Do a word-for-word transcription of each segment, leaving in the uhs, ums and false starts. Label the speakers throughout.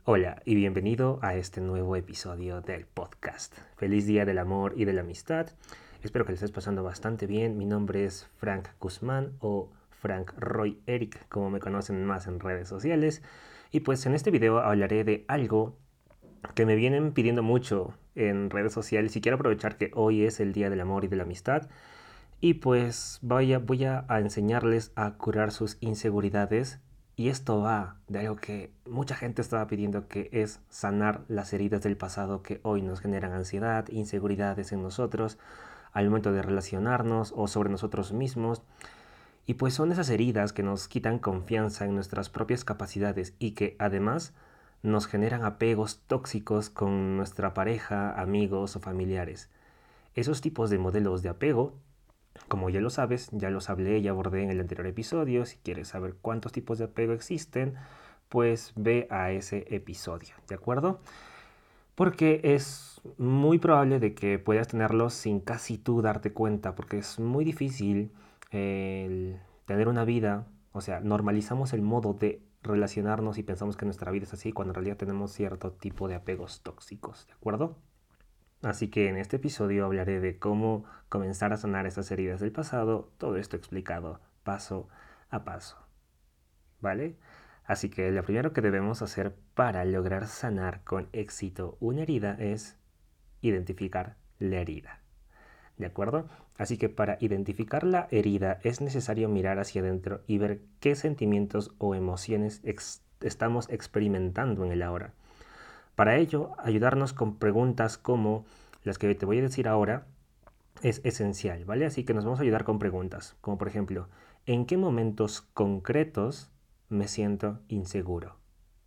Speaker 1: Hola y bienvenido a este nuevo episodio del podcast. Feliz Día del Amor y de la Amistad. Espero que le estés pasando bastante bien. Mi nombre es Frank Guzmán o Frank Roy Eric, como me conocen más en redes sociales. Y pues en este video hablaré de algo que me vienen pidiendo mucho en redes sociales y quiero aprovechar que hoy es el Día del Amor y de la Amistad. Y pues vaya, voy a, a enseñarles a curar sus inseguridades. Y esto va de algo que mucha gente estaba pidiendo, que es sanar las heridas del pasado que hoy nos generan ansiedad, inseguridades en nosotros, al momento de relacionarnos o sobre nosotros mismos. Y pues son esas heridas que nos quitan confianza en nuestras propias capacidades y que además nos generan apegos tóxicos con nuestra pareja, amigos o familiares. Esos tipos de modelos de apego, como ya lo sabes, ya los hablé y abordé en el anterior episodio. Si quieres saber cuántos tipos de apego existen, pues ve a ese episodio, ¿de acuerdo? Porque es muy probable de que puedas tenerlos sin casi tú darte cuenta, porque es muy difícil eh, el tener una vida, o sea, normalizamos el modo de relacionarnos y pensamos que nuestra vida es así cuando en realidad tenemos cierto tipo de apegos tóxicos, ¿de acuerdo? Así que en este episodio hablaré de cómo comenzar a sanar esas heridas del pasado, todo esto explicado paso a paso, ¿vale? Así que lo primero que debemos hacer para lograr sanar con éxito una herida es identificar la herida, ¿de acuerdo? Así que para identificar la herida es necesario mirar hacia adentro y ver qué sentimientos o emociones ex estamos experimentando en el ahora. Para ello, ayudarnos con preguntas como las que te voy a decir ahora es esencial, ¿vale? Así que nos vamos a ayudar con preguntas, como por ejemplo, ¿en qué momentos concretos me siento inseguro?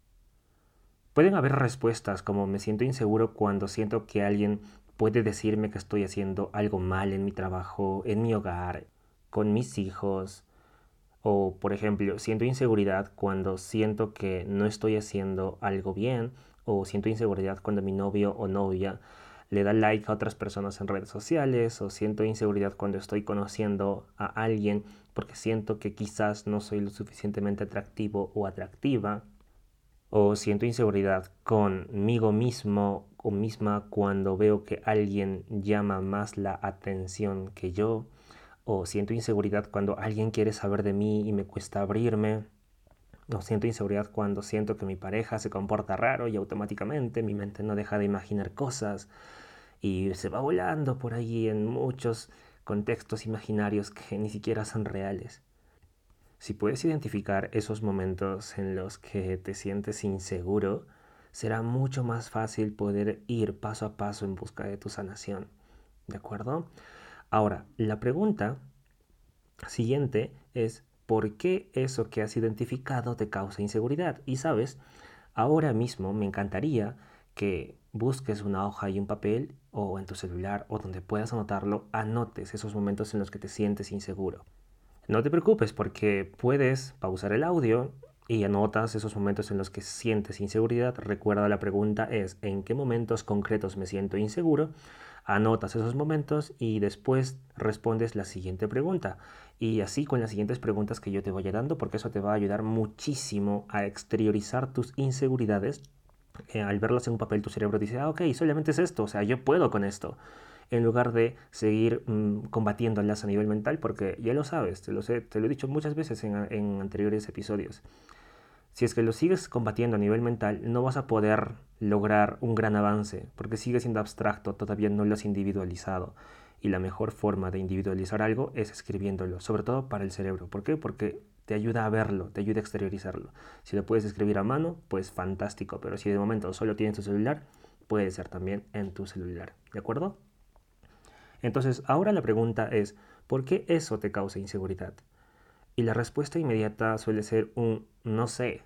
Speaker 1: Pueden haber respuestas como me siento inseguro cuando siento que alguien puede decirme que estoy haciendo algo mal en mi trabajo, en mi hogar, con mis hijos. O, por ejemplo, siento inseguridad cuando siento que no estoy haciendo algo bien. O siento inseguridad cuando mi novio o novia le da like a otras personas en redes sociales. O siento inseguridad cuando estoy conociendo a alguien porque siento que quizás no soy lo suficientemente atractivo o atractiva. O siento inseguridad conmigo mismo o misma cuando veo que alguien llama más la atención que yo. O siento inseguridad cuando alguien quiere saber de mí y me cuesta abrirme. O siento inseguridad cuando siento que mi pareja se comporta raro y automáticamente mi mente no deja de imaginar cosas y se va volando por ahí en muchos contextos imaginarios que ni siquiera son reales. Si puedes identificar esos momentos en los que te sientes inseguro, será mucho más fácil poder ir paso a paso en busca de tu sanación. ¿De acuerdo? Ahora, la pregunta siguiente es ¿por qué eso que has identificado te causa inseguridad? Y sabes, ahora mismo me encantaría que busques una hoja y un papel o en tu celular o donde puedas anotarlo, anotes esos momentos en los que te sientes inseguro. No te preocupes porque puedes pausar el audio y anotas esos momentos en los que sientes inseguridad. Recuerda, la pregunta es ¿en qué momentos concretos me siento inseguro? Anotas esos momentos y después respondes la siguiente pregunta. Y así con las siguientes preguntas que yo te vaya dando, porque eso te va a ayudar muchísimo a exteriorizar tus inseguridades. Eh, al verlas en un papel, tu cerebro dice, ah, ok, solamente es esto, o sea, yo puedo con esto, en lugar de seguir mmm, combatiéndolas a nivel mental, porque ya lo sabes, te lo, sé, te lo he dicho muchas veces en, en anteriores episodios. Si es que lo sigues combatiendo a nivel mental, no vas a poder lograr un gran avance, porque sigue siendo abstracto, todavía no lo has individualizado. Y la mejor forma de individualizar algo es escribiéndolo, sobre todo para el cerebro. ¿Por qué? Porque te ayuda a verlo, te ayuda a exteriorizarlo. Si lo puedes escribir a mano, pues fantástico, pero si de momento solo tienes tu celular, puede ser también en tu celular, ¿de acuerdo? Entonces, ahora la pregunta es, ¿por qué eso te causa inseguridad? Y la respuesta inmediata suele ser un no sé.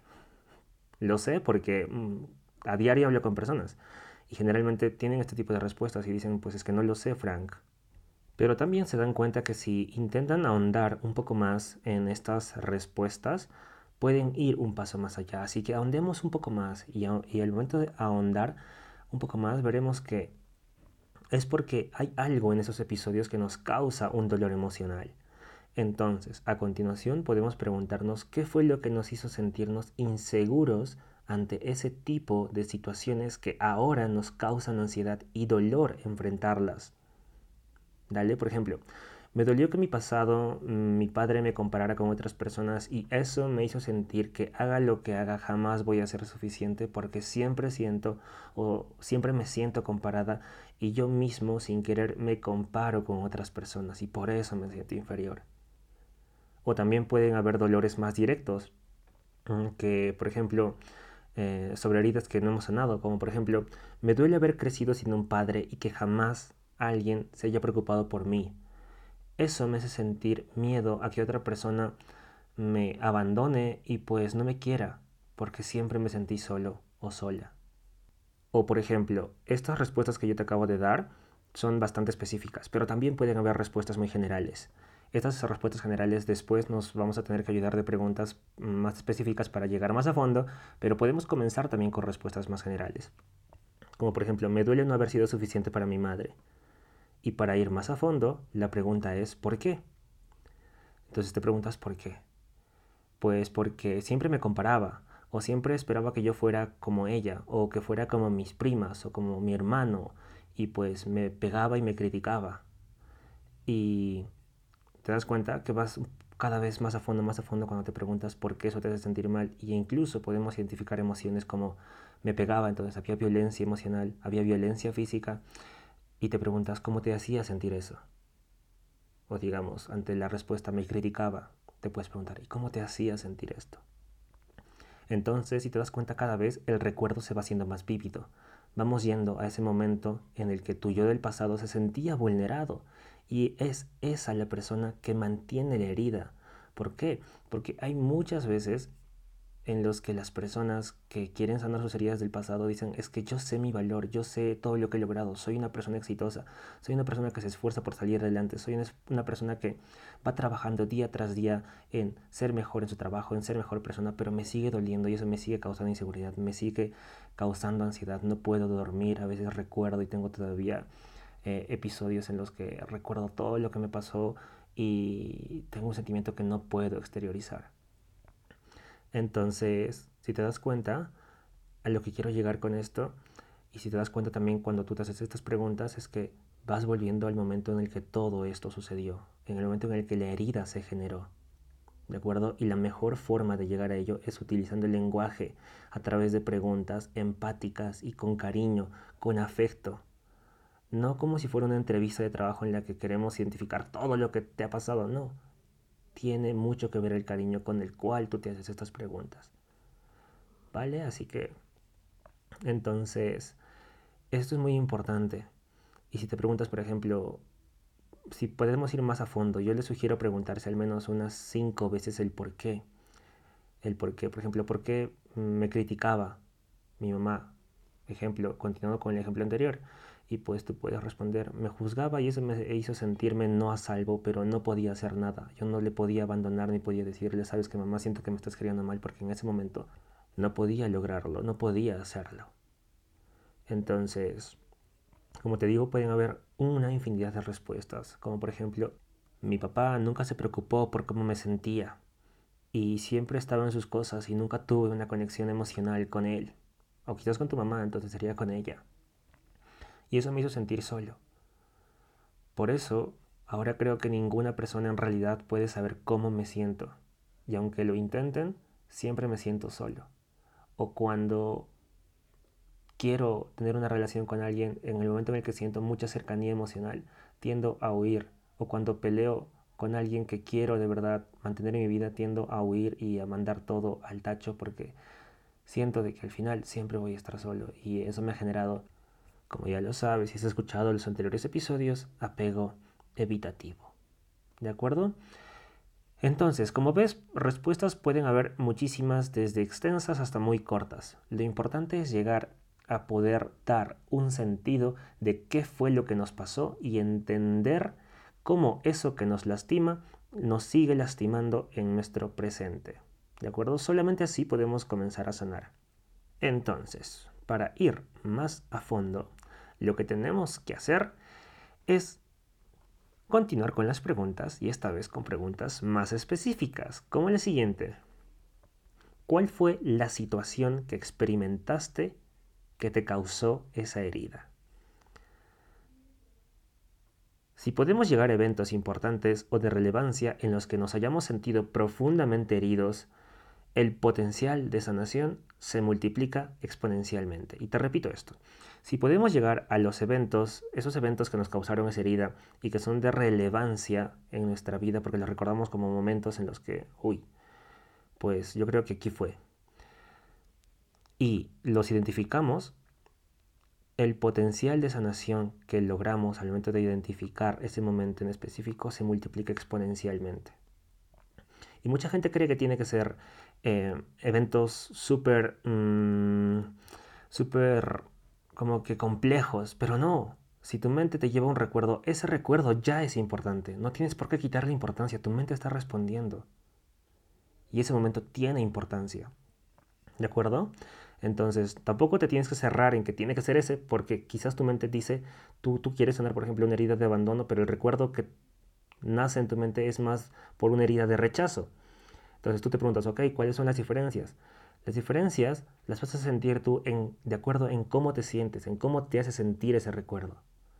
Speaker 1: Lo sé porque mmm, a diario hablo con personas y generalmente tienen este tipo de respuestas y dicen, pues es que no lo sé, Frank. Pero también se dan cuenta que si intentan ahondar un poco más en estas respuestas, pueden ir un paso más allá. Así que ahondemos un poco más y, y al momento de ahondar un poco más veremos que es porque hay algo en esos episodios que nos causa un dolor emocional. Entonces, a continuación podemos preguntarnos qué fue lo que nos hizo sentirnos inseguros ante ese tipo de situaciones que ahora nos causan ansiedad y dolor enfrentarlas. Dale, por ejemplo, me dolió que en mi pasado mm, mi padre me comparara con otras personas y eso me hizo sentir que haga lo que haga jamás voy a ser suficiente porque siempre siento o siempre me siento comparada y yo mismo sin querer me comparo con otras personas y por eso me siento inferior. O también pueden haber dolores más directos, mm, que por ejemplo eh, sobre heridas que no hemos sanado, como por ejemplo, me duele haber crecido sin un padre y que jamás alguien se haya preocupado por mí. Eso me hace sentir miedo a que otra persona me abandone y pues no me quiera, porque siempre me sentí solo o sola. O por ejemplo, estas respuestas que yo te acabo de dar son bastante específicas, pero también pueden haber respuestas muy generales. Estas respuestas generales después nos vamos a tener que ayudar de preguntas más específicas para llegar más a fondo, pero podemos comenzar también con respuestas más generales. Como por ejemplo, me duele no haber sido suficiente para mi madre. Y para ir más a fondo, la pregunta es ¿por qué? Entonces te preguntas ¿por qué? Pues porque siempre me comparaba, o siempre esperaba que yo fuera como ella, o que fuera como mis primas, o como mi hermano, y pues me pegaba y me criticaba. Y te das cuenta que vas cada vez más a fondo, más a fondo cuando te preguntas por qué eso te hace sentir mal. Y incluso podemos identificar emociones como me pegaba, entonces había violencia emocional, había violencia física, y te preguntas cómo te hacía sentir eso. O digamos, ante la respuesta me criticaba, te puedes preguntar, ¿y cómo te hacía sentir esto? Entonces, si te das cuenta, cada vez el recuerdo se va haciendo más vívido. Vamos yendo a ese momento en el que tu yo del pasado se sentía vulnerado y es esa la persona que mantiene la herida. ¿Por qué? Porque hay muchas veces en los que las personas que quieren sanar sus heridas del pasado dicen, es que yo sé mi valor, yo sé todo lo que he logrado, soy una persona exitosa, soy una persona que se esfuerza por salir adelante, soy una, una persona que va trabajando día tras día en ser mejor en su trabajo, en ser mejor persona, pero me sigue doliendo y eso me sigue causando inseguridad, me sigue causando ansiedad, no puedo dormir, a veces recuerdo y tengo todavía eh, episodios en los que recuerdo todo lo que me pasó y tengo un sentimiento que no puedo exteriorizar. Entonces, si te das cuenta, a lo que quiero llegar con esto, y si te das cuenta también cuando tú te haces estas preguntas, es que vas volviendo al momento en el que todo esto sucedió, en el momento en el que la herida se generó, ¿de acuerdo? Y la mejor forma de llegar a ello es utilizando el lenguaje a través de preguntas empáticas y con cariño, con afecto. No como si fuera una entrevista de trabajo en la que queremos identificar todo lo que te ha pasado, no. Tiene mucho que ver el cariño con el cual tú te haces estas preguntas. ¿Vale? Así que, entonces, esto es muy importante. Y si te preguntas, por ejemplo, si podemos ir más a fondo, yo les sugiero preguntarse al menos unas cinco veces el por qué. El por qué, por ejemplo, ¿por qué me criticaba mi mamá? Ejemplo, continuando con el ejemplo anterior. Y pues tú puedes responder, me juzgaba y eso me hizo sentirme no a salvo, pero no podía hacer nada. Yo no le podía abandonar ni podía decirle, sabes que mamá, siento que me estás criando mal porque en ese momento no podía lograrlo, no podía hacerlo. Entonces, como te digo, pueden haber una infinidad de respuestas, como por ejemplo, mi papá nunca se preocupó por cómo me sentía y siempre estaba en sus cosas y nunca tuve una conexión emocional con él. O quizás con tu mamá, entonces sería con ella. Y eso me hizo sentir solo. Por eso, ahora creo que ninguna persona en realidad puede saber cómo me siento. Y aunque lo intenten, siempre me siento solo. O cuando quiero tener una relación con alguien, en el momento en el que siento mucha cercanía emocional, tiendo a huir. O cuando peleo con alguien que quiero de verdad mantener en mi vida, tiendo a huir y a mandar todo al tacho porque siento de que al final siempre voy a estar solo. Y eso me ha generado, como ya lo sabes, si has escuchado los anteriores episodios, apego evitativo. ¿De acuerdo? Entonces, como ves, respuestas pueden haber muchísimas, desde extensas hasta muy cortas. Lo importante es llegar a poder dar un sentido de qué fue lo que nos pasó y entender cómo eso que nos lastima nos sigue lastimando en nuestro presente. ¿De acuerdo? Solamente así podemos comenzar a sanar. Entonces, para ir más a fondo, lo que tenemos que hacer es continuar con las preguntas y esta vez con preguntas más específicas, como la siguiente. ¿cuál fue la situación que experimentaste que te causó esa herida? Si podemos llegar a eventos importantes o de relevancia en los que nos hayamos sentido profundamente heridos, el potencial de sanación se multiplica exponencialmente. Y te repito esto, si podemos llegar a los eventos, esos eventos que nos causaron esa herida y que son de relevancia en nuestra vida, porque los recordamos como momentos en los que, uy, pues yo creo que aquí fue, y los identificamos, el potencial de sanación que logramos al momento de identificar ese momento en específico se multiplica exponencialmente. Y mucha gente cree que tiene que ser eh, eventos súper, mmm, súper como que complejos, pero no. Si tu mente te lleva un recuerdo, ese recuerdo ya es importante. No tienes por qué quitarle importancia, tu mente está respondiendo. Y ese momento tiene importancia. ¿De acuerdo? Entonces, tampoco te tienes que cerrar en que tiene que ser ese, porque quizás tu mente dice, tú, tú quieres sanar, por ejemplo, una herida de abandono, pero el recuerdo que nace en tu mente es más por una herida de rechazo. Entonces tú te preguntas, ok, ¿cuáles son las diferencias? Las diferencias las vas a sentir tú en, de acuerdo en cómo te sientes, en cómo te hace sentir ese recuerdo.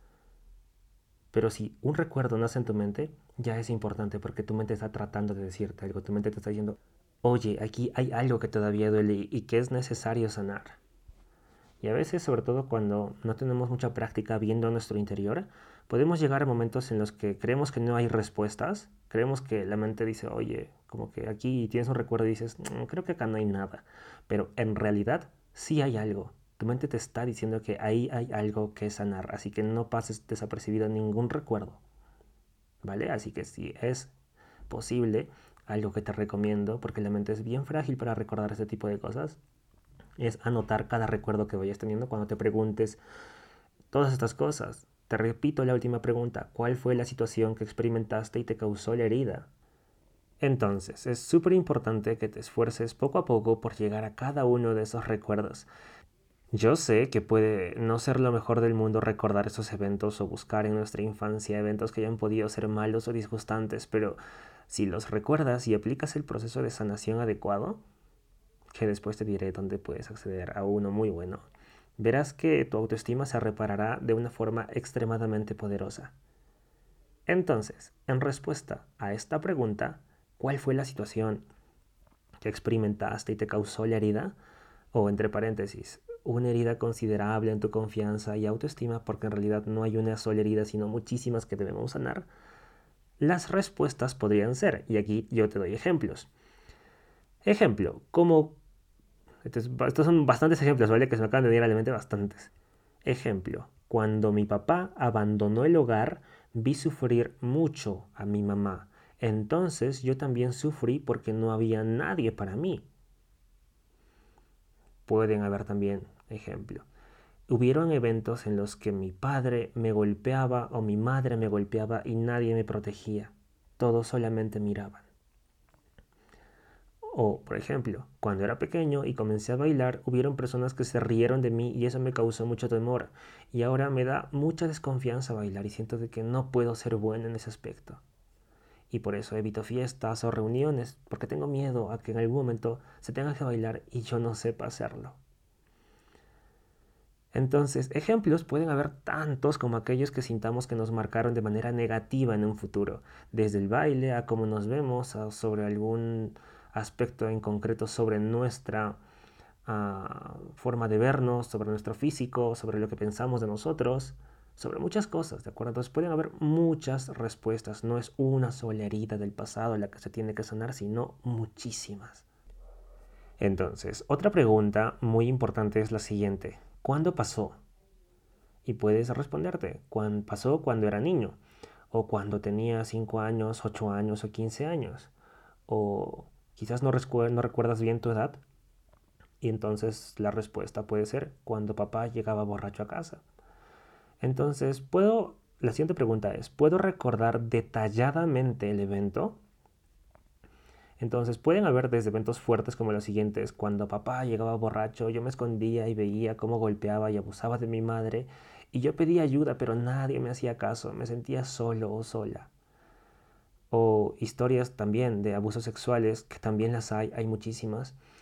Speaker 1: Pero si un recuerdo nace en tu mente, ya es importante porque tu mente está tratando de decirte algo, tu mente te está diciendo, oye, aquí hay algo que todavía duele y que es necesario sanar. Y a veces, sobre todo cuando no tenemos mucha práctica viendo nuestro interior, podemos llegar a momentos en los que creemos que no hay respuestas, creemos que la mente dice, oye, como que aquí tienes un recuerdo y dices, mmm, creo que acá no hay nada, pero en realidad sí hay algo. Tu mente te está diciendo que ahí hay algo que sanar, así que no pases desapercibido ningún recuerdo, ¿vale? Así que si es posible, algo que te recomiendo, porque la mente es bien frágil para recordar este tipo de cosas, es anotar cada recuerdo que vayas teniendo cuando te preguntes todas estas cosas. Te repito la última pregunta, ¿cuál fue la situación que experimentaste y te causó la herida? Entonces, es súper importante que te esfuerces poco a poco por llegar a cada uno de esos recuerdos. Yo sé que puede no ser lo mejor del mundo recordar esos eventos o buscar en nuestra infancia eventos que hayan podido ser malos o disgustantes, pero si los recuerdas y aplicas el proceso de sanación adecuado, que después te diré dónde puedes acceder a uno muy bueno, verás que tu autoestima se reparará de una forma extremadamente poderosa. Entonces, en respuesta a esta pregunta, ¿cuál fue la situación que experimentaste y te causó la herida? O entre paréntesis, una herida considerable en tu confianza y autoestima, porque en realidad no hay una sola herida, sino muchísimas que debemos sanar. Las respuestas podrían ser, y aquí yo te doy ejemplos. Ejemplo, como... Estos, estos son bastantes ejemplos, ¿vale? Que se me acaban de venir a la mente bastantes. Ejemplo, cuando mi papá abandonó el hogar, vi sufrir mucho a mi mamá. Entonces yo también sufrí porque no había nadie para mí. Pueden haber también, ejemplo, hubieron eventos en los que mi padre me golpeaba o mi madre me golpeaba y nadie me protegía. Todos solamente miraban. O, por ejemplo, cuando era pequeño y comencé a bailar, hubieron personas que se rieron de mí y eso me causó mucho temor. Y ahora me da mucha desconfianza bailar y siento de que no puedo ser bueno en ese aspecto. Y por eso evito fiestas o reuniones, porque tengo miedo a que en algún momento se tenga que bailar y yo no sepa hacerlo. Entonces, ejemplos pueden haber tantos como aquellos que sintamos que nos marcaron de manera negativa en un futuro, desde el baile a cómo nos vemos, a sobre algún aspecto en concreto sobre nuestra uh, forma de vernos, sobre nuestro físico, sobre lo que pensamos de nosotros, sobre muchas cosas, ¿de acuerdo? Entonces pueden haber muchas respuestas, no es una sola herida del pasado la que se tiene que sanar, sino muchísimas. Entonces, otra pregunta muy importante es la siguiente. ¿Cuándo pasó? Y puedes responderte, ¿cuándo pasó cuando era niño? O cuando tenía cinco años, ocho años o quince años. O quizás no, no recuerdas bien tu edad. Y entonces la respuesta puede ser cuando papá llegaba borracho a casa. Entonces, ¿puedo? La siguiente pregunta es, ¿puedo recordar detalladamente el evento? Entonces pueden haber desde eventos fuertes como los siguientes, cuando papá llegaba borracho, yo me escondía y veía cómo golpeaba y abusaba de mi madre, y yo pedía ayuda, pero nadie me hacía caso, me sentía solo o sola. O historias también de abusos sexuales, que también las hay, hay muchísimas,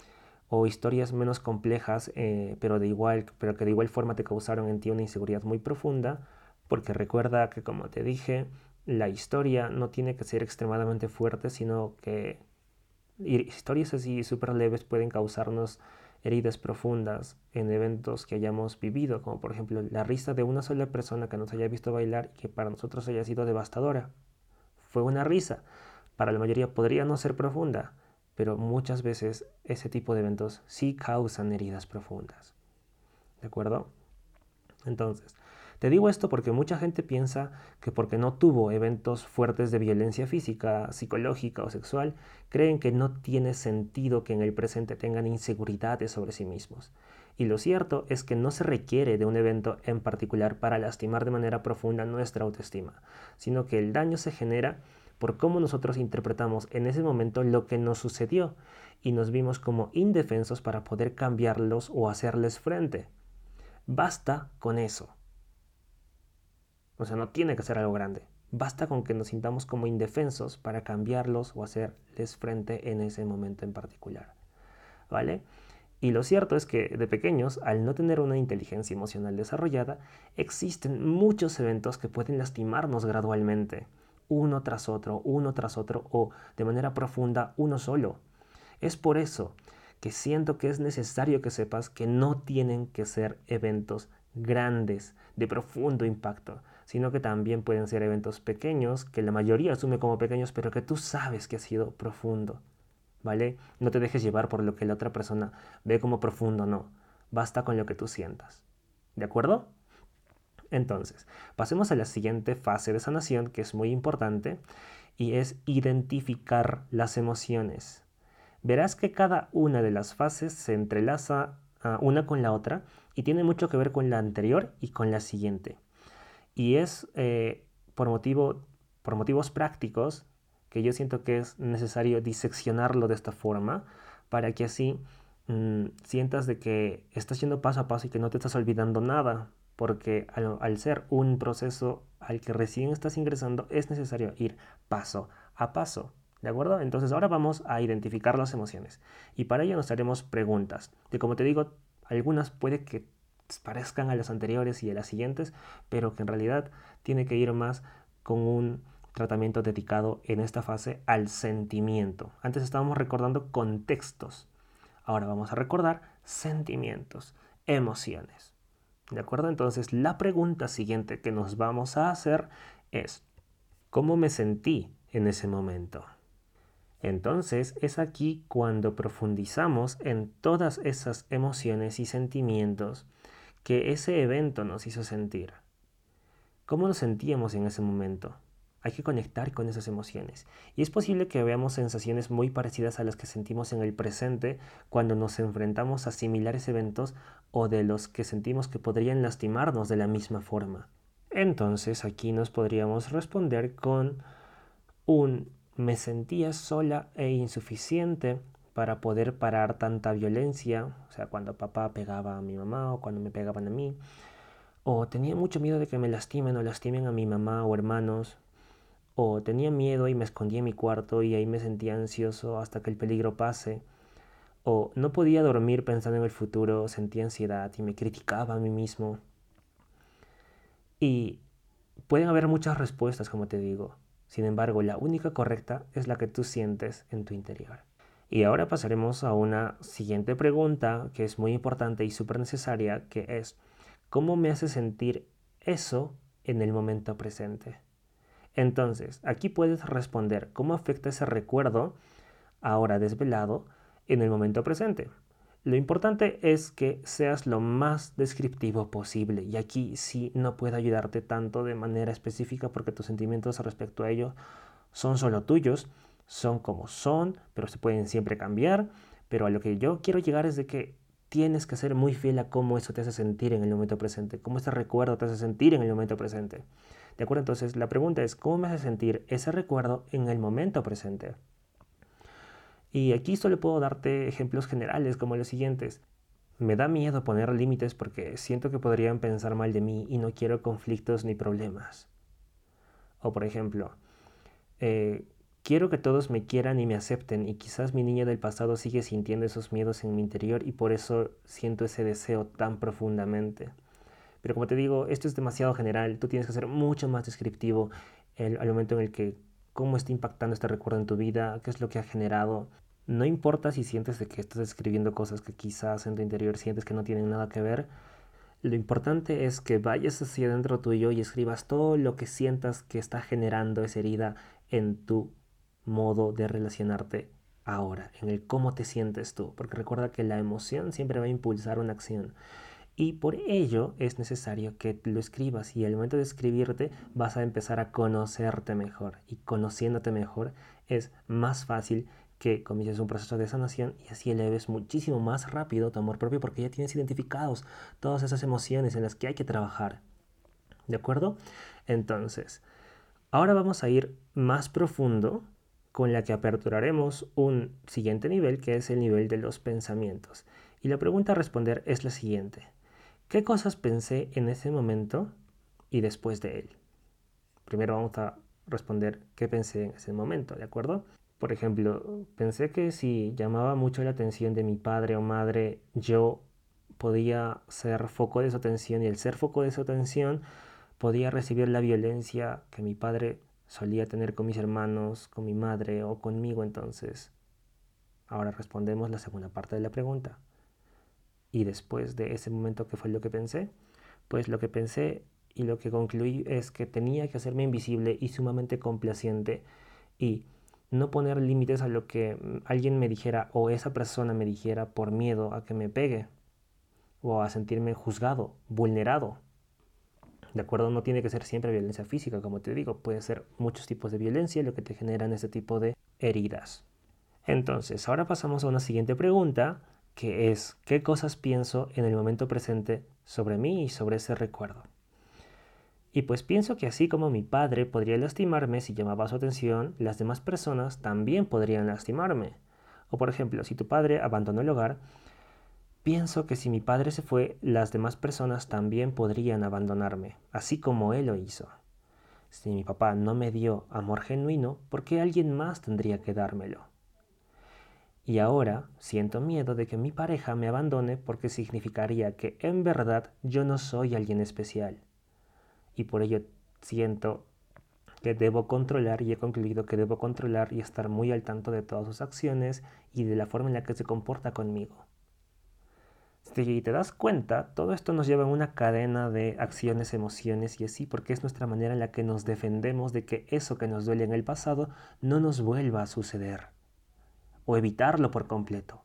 Speaker 1: o historias menos complejas, eh, pero, de igual, pero que de igual forma te causaron en ti una inseguridad muy profunda, porque recuerda que, como te dije, la historia no tiene que ser extremadamente fuerte, sino que historias así súper leves pueden causarnos heridas profundas en eventos que hayamos vivido, como por ejemplo la risa de una sola persona que nos haya visto bailar y que para nosotros haya sido devastadora. Fue una risa. Para la mayoría podría no ser profunda, pero muchas veces ese tipo de eventos sí causan heridas profundas. ¿De acuerdo? Entonces, te digo esto porque mucha gente piensa que porque no tuvo eventos fuertes de violencia física, psicológica o sexual, creen que no tiene sentido que en el presente tengan inseguridades sobre sí mismos. Y lo cierto es que no se requiere de un evento en particular para lastimar de manera profunda nuestra autoestima, sino que el daño se genera por cómo nosotros interpretamos en ese momento lo que nos sucedió y nos vimos como indefensos para poder cambiarlos o hacerles frente. Basta con eso. O sea, no tiene que ser algo grande. Basta con que nos sintamos como indefensos para cambiarlos o hacerles frente en ese momento en particular. ¿Vale? Y lo cierto es que de pequeños, al no tener una inteligencia emocional desarrollada, existen muchos eventos que pueden lastimarnos gradualmente, uno tras otro, uno tras otro, o de manera profunda, uno solo. Es por eso que siento que es necesario que sepas que no tienen que ser eventos grandes, de profundo impacto, sino que también pueden ser eventos pequeños, que la mayoría asume como pequeños, pero que tú sabes que ha sido profundo. ¿Vale? No te dejes llevar por lo que la otra persona ve como profundo, no. Basta con lo que tú sientas. ¿De acuerdo? Entonces, pasemos a la siguiente fase de sanación, que es muy importante, y es identificar las emociones. Verás que cada una de las fases se entrelaza uh, una con la otra y tiene mucho que ver con la anterior y con la siguiente. Y es eh, por, motivo, por motivos prácticos que yo siento que es necesario diseccionarlo de esta forma para que así mmm, sientas de que estás yendo paso a paso y que no te estás olvidando nada, porque al, al ser un proceso al que recién estás ingresando es necesario ir paso a paso. ¿De acuerdo? Entonces ahora vamos a identificar las emociones y para ello nos haremos preguntas. Y como te digo, algunas puede que parezcan a las anteriores y a las siguientes, pero que en realidad tiene que ir más con un tratamiento dedicado en esta fase al sentimiento. Antes estábamos recordando contextos, ahora vamos a recordar sentimientos, emociones. ¿De acuerdo? Entonces la pregunta siguiente que nos vamos a hacer es, ¿cómo me sentí en ese momento? Entonces es aquí cuando profundizamos en todas esas emociones y sentimientos que ese evento nos hizo sentir. ¿Cómo nos sentíamos en ese momento? Hay que conectar con esas emociones. Y es posible que veamos sensaciones muy parecidas a las que sentimos en el presente cuando nos enfrentamos a similares eventos o de los que sentimos que podrían lastimarnos de la misma forma. Entonces aquí nos podríamos responder con un me sentía sola e insuficiente para poder parar tanta violencia, o sea, cuando papá pegaba a mi mamá o cuando me pegaban a mí, o tenía mucho miedo de que me lastimen o lastimen a mi mamá o hermanos, o tenía miedo y me escondía en mi cuarto y ahí me sentía ansioso hasta que el peligro pase, o no podía dormir pensando en el futuro, sentía ansiedad y me criticaba a mí mismo. Y pueden haber muchas respuestas, como te digo. Sin embargo, la única correcta es la que tú sientes en tu interior. Y ahora pasaremos a una siguiente pregunta que es muy importante y súper necesaria, que es, ¿cómo me hace sentir eso en el momento presente? Entonces, aquí puedes responder cómo afecta ese recuerdo, ahora desvelado, en el momento presente. Lo importante es que seas lo más descriptivo posible y aquí sí no puedo ayudarte tanto de manera específica porque tus sentimientos respecto a ello son solo tuyos, son como son, pero se pueden siempre cambiar, pero a lo que yo quiero llegar es de que tienes que ser muy fiel a cómo eso te hace sentir en el momento presente, cómo ese recuerdo te hace sentir en el momento presente. ¿De acuerdo? Entonces la pregunta es, ¿cómo me hace sentir ese recuerdo en el momento presente? Y aquí solo puedo darte ejemplos generales como los siguientes. Me da miedo poner límites porque siento que podrían pensar mal de mí y no quiero conflictos ni problemas. O por ejemplo, eh, Quiero que todos me quieran y me acepten, y quizás mi niña del pasado sigue sintiendo esos miedos en mi interior y por eso siento ese deseo tan profundamente. Pero como te digo, esto es demasiado general, tú tienes que ser mucho más descriptivo el, al momento en el que cómo está impactando este recuerdo en tu vida, qué es lo que ha generado. No importa si sientes de que estás escribiendo cosas que quizás en tu interior sientes que no tienen nada que ver, lo importante es que vayas hacia dentro tuyo y escribas todo lo que sientas que está generando esa herida en tu modo de relacionarte ahora, en el cómo te sientes tú, porque recuerda que la emoción siempre va a impulsar una acción. Y por ello es necesario que lo escribas y al momento de escribirte vas a empezar a conocerte mejor y conociéndote mejor es más fácil que comiences un proceso de sanación y así eleves muchísimo más rápido tu amor propio porque ya tienes identificados todas esas emociones en las que hay que trabajar. ¿De acuerdo? Entonces, ahora vamos a ir más profundo con la que aperturaremos un siguiente nivel que es el nivel de los pensamientos. Y la pregunta a responder es la siguiente. ¿Qué cosas pensé en ese momento y después de él? Primero vamos a responder qué pensé en ese momento, ¿de acuerdo? Por ejemplo, pensé que si llamaba mucho la atención de mi padre o madre, yo podía ser foco de su atención y el ser foco de su atención podía recibir la violencia que mi padre solía tener con mis hermanos, con mi madre o conmigo. Entonces, ahora respondemos la segunda parte de la pregunta. Y después de ese momento, ¿qué fue lo que pensé? Pues lo que pensé y lo que concluí es que tenía que hacerme invisible y sumamente complaciente y no poner límites a lo que alguien me dijera o esa persona me dijera por miedo a que me pegue o a sentirme juzgado, vulnerado. ¿De acuerdo? No tiene que ser siempre violencia física, como te digo, puede ser muchos tipos de violencia lo que te generan este tipo de heridas. Entonces, ahora pasamos a una siguiente pregunta, que es, ¿qué cosas pienso en el momento presente sobre mí y sobre ese recuerdo? Y pues pienso que así como mi padre podría lastimarme si llamaba su atención, las demás personas también podrían lastimarme. O por ejemplo, si tu padre abandonó el hogar, pienso que si mi padre se fue, las demás personas también podrían abandonarme, así como él lo hizo. Si mi papá no me dio amor genuino, ¿por qué alguien más tendría que dármelo? Y ahora siento miedo de que mi pareja me abandone porque significaría que en verdad yo no soy alguien especial. Y por ello siento que debo controlar y he concluido que debo controlar y estar muy al tanto de todas sus acciones y de la forma en la que se comporta conmigo. Si te das cuenta, todo esto nos lleva a una cadena de acciones, emociones y así, porque es nuestra manera en la que nos defendemos de que eso que nos duele en el pasado no nos vuelva a suceder o evitarlo por completo.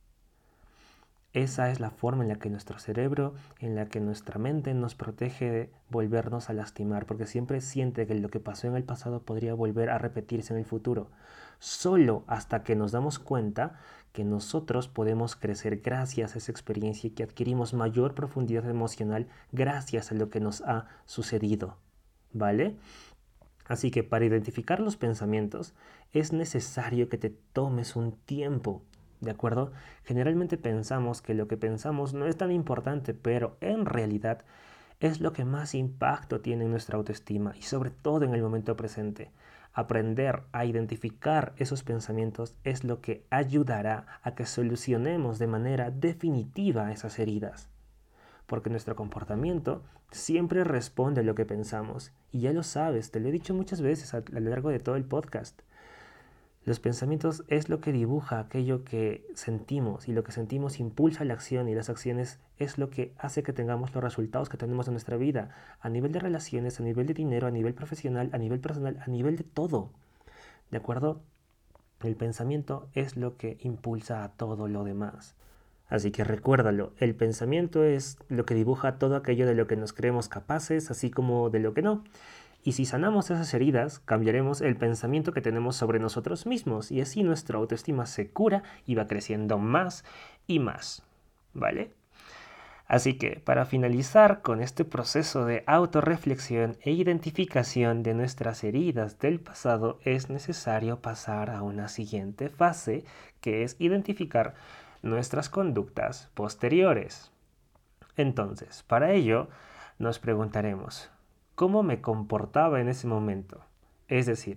Speaker 1: Esa es la forma en la que nuestro cerebro, en la que nuestra mente nos protege de volvernos a lastimar, porque siempre siente que lo que pasó en el pasado podría volver a repetirse en el futuro, solo hasta que nos damos cuenta que nosotros podemos crecer gracias a esa experiencia y que adquirimos mayor profundidad emocional gracias a lo que nos ha sucedido, ¿vale? Así que para identificar los pensamientos es necesario que te tomes un tiempo. ¿De acuerdo? Generalmente pensamos que lo que pensamos no es tan importante, pero en realidad es lo que más impacto tiene en nuestra autoestima y sobre todo en el momento presente. Aprender a identificar esos pensamientos es lo que ayudará a que solucionemos de manera definitiva esas heridas. Porque nuestro comportamiento siempre responde a lo que pensamos. Y ya lo sabes, te lo he dicho muchas veces a lo largo de todo el podcast. Los pensamientos es lo que dibuja aquello que sentimos y lo que sentimos impulsa la acción y las acciones es lo que hace que tengamos los resultados que tenemos en nuestra vida a nivel de relaciones, a nivel de dinero, a nivel profesional, a nivel personal, a nivel de todo. ¿De acuerdo? El pensamiento es lo que impulsa a todo lo demás. Así que recuérdalo, el pensamiento es lo que dibuja todo aquello de lo que nos creemos capaces, así como de lo que no. Y si sanamos esas heridas, cambiaremos el pensamiento que tenemos sobre nosotros mismos y así nuestra autoestima se cura y va creciendo más y más, ¿vale? Así que para finalizar con este proceso de autorreflexión e identificación de nuestras heridas del pasado, es necesario pasar a una siguiente fase, que es identificar nuestras conductas posteriores. Entonces, para ello, nos preguntaremos, ¿cómo me comportaba en ese momento? Es decir,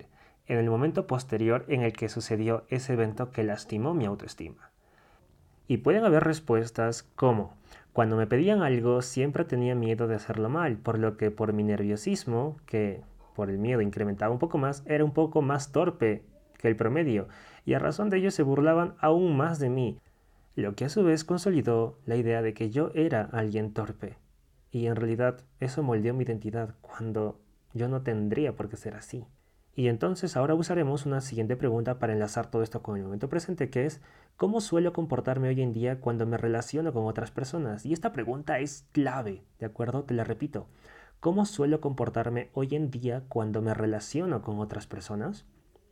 Speaker 1: en el momento posterior en el que sucedió ese evento que lastimó mi autoestima. Y pueden haber respuestas como: cuando me pedían algo siempre tenía miedo de hacerlo mal, por lo que por mi nerviosismo, que por el miedo incrementaba un poco más, era un poco más torpe que el promedio, y a razón de ello se burlaban aún más de mí, lo que a su vez consolidó la idea de que yo era alguien torpe. Y en realidad eso moldeó mi identidad cuando yo no tendría por qué ser así. Y entonces ahora usaremos una siguiente pregunta para enlazar todo esto con el momento presente, que es: ¿cómo suelo comportarme hoy en día cuando me relaciono con otras personas? Y esta pregunta es clave, ¿de acuerdo? Te la repito. ¿Cómo suelo comportarme hoy en día cuando me relaciono con otras personas?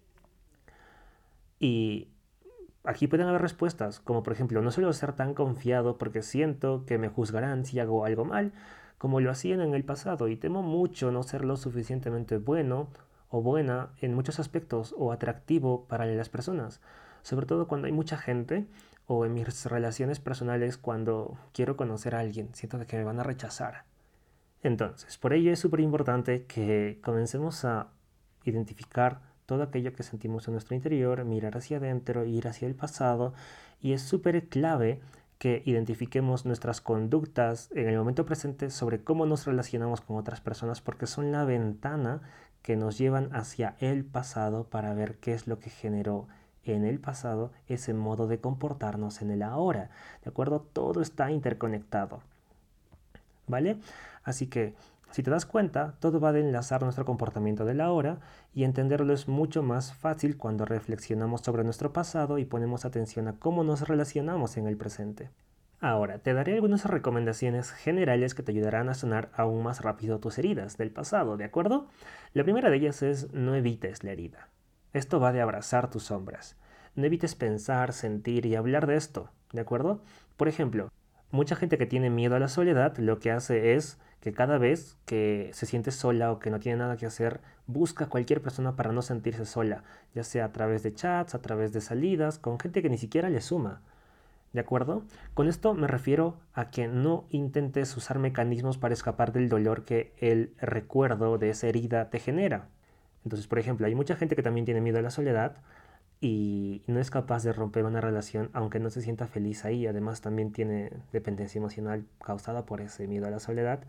Speaker 1: Y aquí pueden haber respuestas, como por ejemplo: no suelo ser tan confiado porque siento que me juzgarán si hago algo mal, como lo hacían en el pasado, y temo mucho no ser lo suficientemente bueno o buena en muchos aspectos o atractivo para las personas, sobre todo cuando hay mucha gente o en mis relaciones personales cuando quiero conocer a alguien, siento de que me van a rechazar. Entonces, por ello es súper importante que comencemos a identificar todo aquello que sentimos en nuestro interior, mirar hacia adentro, ir hacia el pasado, y es súper clave que identifiquemos nuestras conductas en el momento presente sobre cómo nos relacionamos con otras personas, porque son la ventana que nos llevan hacia el pasado para ver qué es lo que generó en el pasado ese modo de comportarnos en el ahora. ¿De acuerdo? Todo está interconectado. ¿Vale? Así que, si te das cuenta, todo va de enlazar nuestro comportamiento de la hora, y entenderlo es mucho más fácil cuando reflexionamos sobre nuestro pasado y ponemos atención a cómo nos relacionamos en el presente. Ahora, te daré algunas recomendaciones generales que te ayudarán a sanar aún más rápido tus heridas del pasado, ¿de acuerdo? La primera de ellas es: no evites la herida. Esto va de abrazar tus sombras. No evites pensar, sentir y hablar de esto, ¿de acuerdo? Por ejemplo, mucha gente que tiene miedo a la soledad lo que hace es que cada vez que se siente sola o que no tiene nada que hacer, busca a cualquier persona para no sentirse sola, ya sea a través de chats, a través de salidas, con gente que ni siquiera le suma. ¿De acuerdo? Con esto me refiero a que no intentes usar mecanismos para escapar del dolor que el recuerdo de esa herida te genera. Entonces, por ejemplo, hay mucha gente que también tiene miedo a la soledad y no es capaz de romper una relación aunque no se sienta feliz ahí. Además, también tiene dependencia emocional causada por ese miedo a la soledad.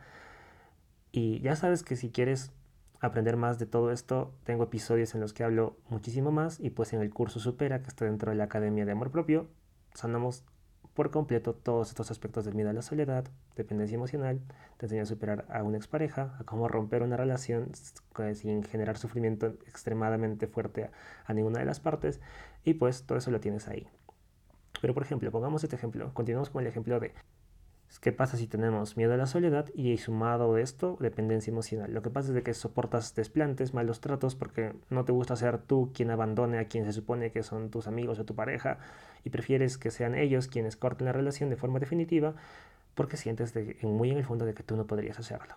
Speaker 1: Y ya sabes que si quieres aprender más de todo esto, tengo episodios en los que hablo muchísimo más, y pues en el curso Supera, que está dentro de la Academia de Amor Propio, sanamos por completo todos estos aspectos del miedo a la soledad, dependencia emocional. Te enseño a superar a una expareja, a cómo romper una relación sin generar sufrimiento extremadamente fuerte a, a ninguna de las partes, y pues todo eso lo tienes ahí. Pero por ejemplo, pongamos este ejemplo, continuamos con el ejemplo de ¿qué pasa si tenemos miedo a la soledad y sumado de esto dependencia emocional? Lo que pasa es de que soportas desplantes, malos tratos, porque no te gusta ser tú quien abandone a quien se supone que son tus amigos o tu pareja, y prefieres que sean ellos quienes corten la relación de forma definitiva porque sientes de, muy en el fondo de que tú no podrías hacerlo.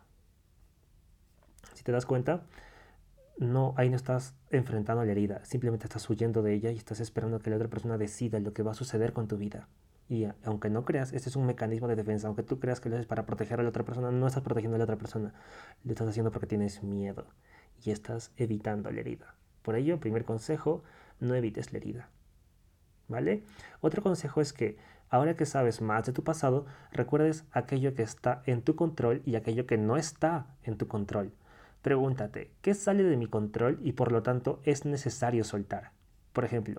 Speaker 1: Si te das cuenta, no, ahí no estás enfrentando la herida, simplemente estás huyendo de ella y estás esperando que la otra persona decida lo que va a suceder con tu vida. Y aunque no creas, este es un mecanismo de defensa. Aunque tú creas que lo haces para proteger a la otra persona, no estás protegiendo a la otra persona. Lo estás haciendo porque tienes miedo y estás evitando la herida. Por ello, primer consejo: no evites la herida. ¿Vale? Otro consejo es que ahora que sabes más de tu pasado, recuerdes aquello que está en tu control y aquello que no está en tu control. Pregúntate: ¿qué sale de mi control y por lo tanto es necesario soltar? Por ejemplo,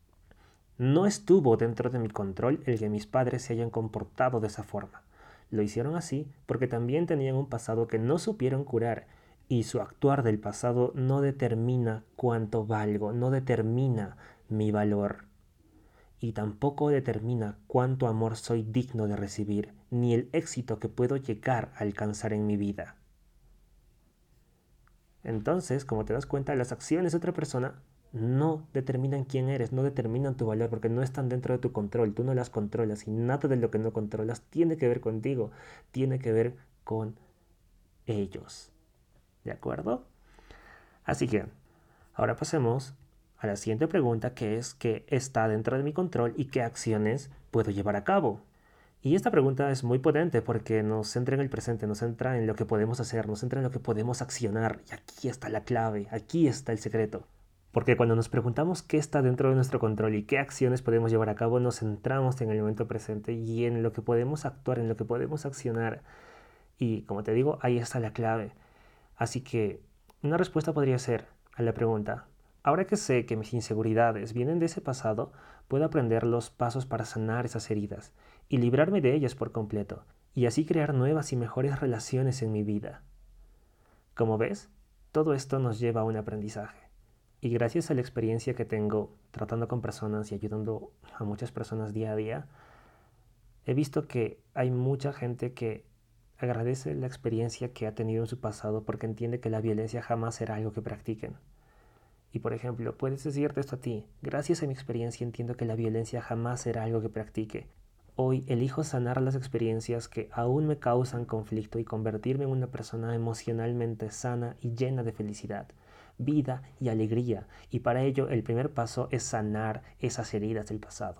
Speaker 1: no estuvo dentro de mi control el que mis padres se hayan comportado de esa forma. Lo hicieron así porque también tenían un pasado que no supieron curar, y su actuar del pasado no determina cuánto valgo, no determina mi valor, y tampoco determina cuánto amor soy digno de recibir, ni el éxito que puedo llegar a alcanzar en mi vida. Entonces, como te das cuenta, las acciones de otra persona no determinan quién eres, no determinan tu valor, porque no están dentro de tu control, tú no las controlas, y nada de lo que no controlas tiene que ver contigo, tiene que ver con ellos. ¿De acuerdo? Así que, ahora pasemos a la siguiente pregunta, que es: ¿qué está dentro de mi control y qué acciones puedo llevar a cabo? Y esta pregunta es muy potente porque nos centra en el presente, nos centra en lo que podemos hacer, nos centra en lo que podemos accionar, y aquí está la clave, aquí está el secreto. Porque cuando nos preguntamos qué está dentro de nuestro control y qué acciones podemos llevar a cabo, nos centramos en el momento presente y en lo que podemos actuar, en lo que podemos accionar. Y como te digo, ahí está la clave. Así que una respuesta podría ser a la pregunta: ahora que sé que mis inseguridades vienen de ese pasado, puedo aprender los pasos para sanar esas heridas y librarme de ellas por completo, y así crear nuevas y mejores relaciones en mi vida. Como ves, todo esto nos lleva a un aprendizaje. Y gracias a la experiencia que tengo tratando con personas y ayudando a muchas personas día a día, he visto que hay mucha gente que agradece la experiencia que ha tenido en su pasado porque entiende que la violencia jamás será algo que practiquen. Y por ejemplo, puedes decirte esto a ti: gracias a mi experiencia entiendo que la violencia jamás será algo que practique. Hoy elijo sanar las experiencias que aún me causan conflicto y convertirme en una persona emocionalmente sana y llena de felicidad, vida y alegría. Y para ello el primer paso es sanar esas heridas del pasado.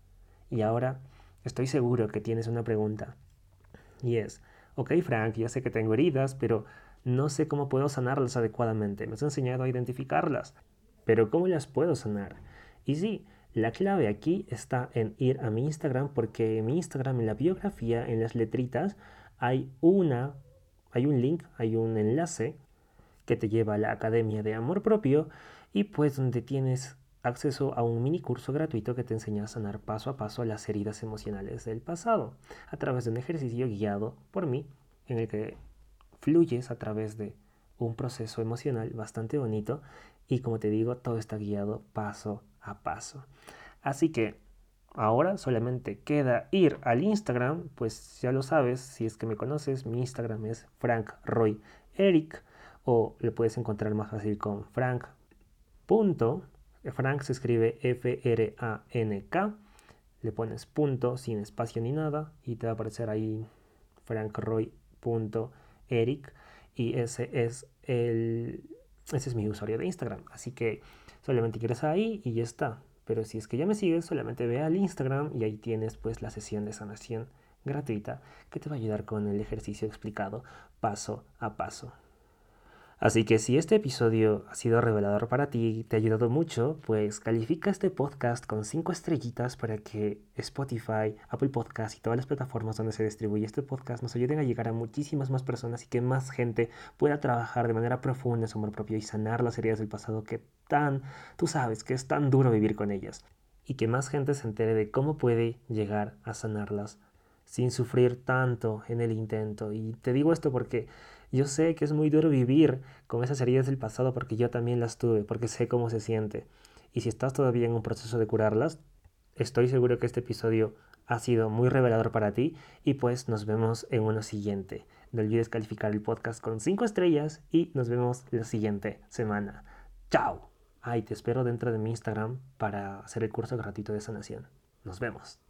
Speaker 1: Y ahora estoy seguro que tienes una pregunta. Y es: ok, Frank, ya sé que tengo heridas, pero no sé cómo puedo sanarlas adecuadamente. Me has enseñado a identificarlas, pero ¿cómo las puedo sanar? Y sí, la clave aquí está en ir a mi Instagram, porque en mi Instagram, en la biografía, en las letritas, hay una, hay un link, hay un enlace que te lleva a la Academia de Amor Propio, y pues donde tienes acceso a un mini curso gratuito que te enseña a sanar paso a paso las heridas emocionales del pasado, a través de un ejercicio guiado por mí, en el que fluyes a través de un proceso emocional bastante bonito, y como te digo, todo está guiado paso a paso. Así que ahora solamente queda ir al Instagram, pues ya lo sabes, si es que me conoces, mi Instagram es Frank Roy Eric, o lo puedes encontrar más fácil con Frank. Punto, Frank se escribe F R A N K, le pones punto sin espacio ni nada y te va a aparecer ahí frankroy.eric, y ese es el ese es mi usuario de Instagram. Así que solamente ingresas ahí y ya está. Pero si es que ya me sigues, solamente ve al Instagram y ahí tienes pues la sesión de sanación gratuita que te va a ayudar con el ejercicio explicado paso a paso. Así que si este episodio ha sido revelador para ti, te ha ayudado mucho, pues califica este podcast con cinco estrellitas para que Spotify, Apple Podcast y todas las plataformas donde se distribuye este podcast nos ayuden a llegar a muchísimas más personas y que más gente pueda trabajar de manera profunda en su amor propio y sanar las heridas del pasado que tan, tú sabes, que es tan duro vivir con ellas. Y que más gente se entere de cómo puede llegar a sanarlas sin sufrir tanto en el intento. Y te digo esto porque yo sé que es muy duro vivir con esas heridas del pasado, porque yo también las tuve, porque sé cómo se siente. Y si estás todavía en un proceso de curarlas, estoy seguro que este episodio ha sido muy revelador para ti, y pues nos vemos en uno siguiente. No olvides calificar el podcast con cinco estrellas y nos vemos la siguiente semana. ¡Chao! Ay, te espero dentro de mi Instagram para hacer el curso gratuito de sanación. Nos vemos.